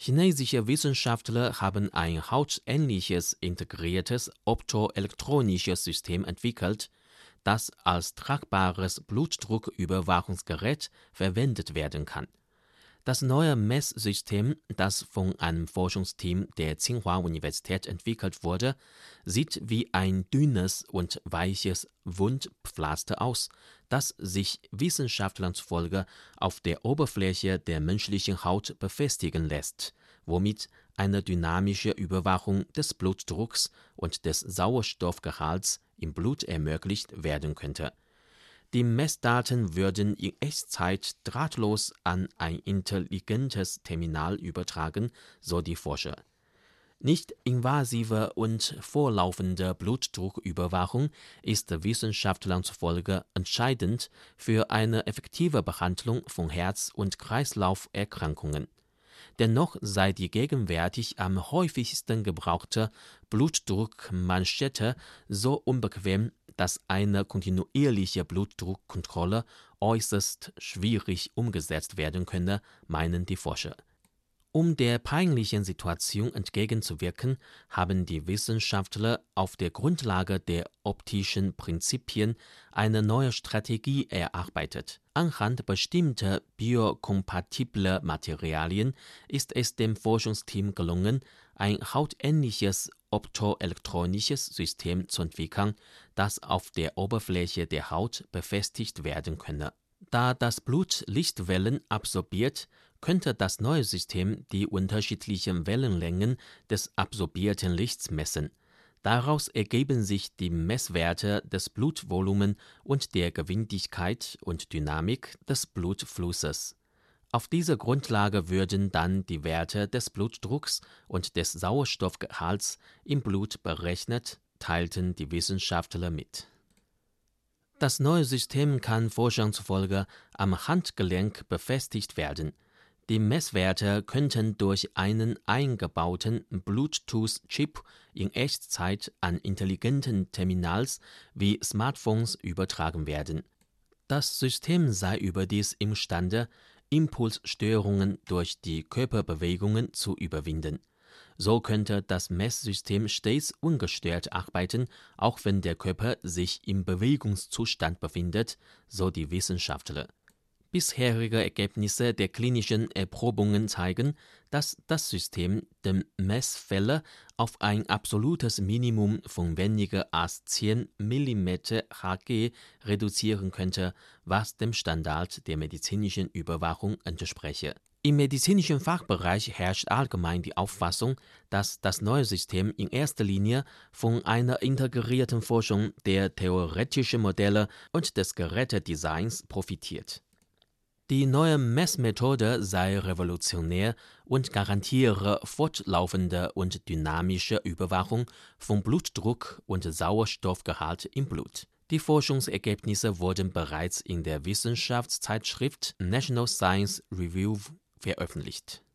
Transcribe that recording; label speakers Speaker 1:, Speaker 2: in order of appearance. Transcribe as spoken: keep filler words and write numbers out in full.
Speaker 1: Chinesische Wissenschaftler haben ein hautähnliches integriertes optoelektronisches System entwickelt, das als tragbares Blutdrucküberwachungsgerät verwendet werden kann. Das neue Messsystem, das von einem Forschungsteam der Tsinghua-Universität entwickelt wurde, sieht wie ein dünnes und weiches Wundpflaster aus, das sich Wissenschaftlern zufolge auf der Oberfläche der menschlichen Haut befestigen lässt, womit eine dynamische Überwachung des Blutdrucks und des Sauerstoffgehalts im Blut ermöglicht werden könnte. Die Messdaten würden in Echtzeit drahtlos an ein intelligentes Terminal übertragen, so die Forscher. Nicht invasive und vorlaufende Blutdrucküberwachung ist Wissenschaftlern zufolge entscheidend für eine effektive Behandlung von Herz- und Kreislauferkrankungen. Dennoch sei die gegenwärtig am häufigsten gebrauchte Blutdruckmanschette so unbequem, dass eine kontinuierliche Blutdruckkontrolle äußerst schwierig umgesetzt werden könne, meinen die Forscher. Um der peinlichen Situation entgegenzuwirken, haben die Wissenschaftler auf der Grundlage der optischen Prinzipien eine neue Strategie erarbeitet. Anhand bestimmter biokompatibler Materialien ist es dem Forschungsteam gelungen, ein hautähnliches optoelektronisches System zu entwickeln, das auf der Oberfläche der Haut befestigt werden könne. Da das Blut Lichtwellen absorbiert, könnte das neue System die unterschiedlichen Wellenlängen des absorbierten Lichts messen. Daraus ergeben sich die Messwerte des Blutvolumen und der Geschwindigkeit und Dynamik des Blutflusses. Auf dieser Grundlage würden dann die Werte des Blutdrucks und des Sauerstoffgehalts im Blut berechnet, teilten die Wissenschaftler mit. Das neue System kann Forschern zufolge am Handgelenk befestigt werden. Die Messwerte könnten durch einen eingebauten Bluetooth-Chip in Echtzeit an intelligenten Terminals wie Smartphones übertragen werden. Das System sei überdies imstande, Impulsstörungen durch die Körperbewegungen zu überwinden. So könnte das Messsystem stets ungestört arbeiten, auch wenn der Körper sich im Bewegungszustand befindet, so die Wissenschaftler. Bisherige Ergebnisse der klinischen Erprobungen zeigen, dass das System die Messfälle auf ein absolutes Minimum von weniger als zehn Millimeter Hg reduzieren könnte, was dem Standard der medizinischen Überwachung entspreche. Im medizinischen Fachbereich herrscht allgemein die Auffassung, dass das neue System in erster Linie von einer integrierten Forschung der theoretischen Modelle und des Gerätedesigns profitiert. Die neue Messmethode sei revolutionär und garantiere fortlaufende und dynamische Überwachung von Blutdruck und Sauerstoffgehalt im Blut. Die Forschungsergebnisse wurden bereits in der Wissenschaftszeitschrift National Science Review veröffentlicht.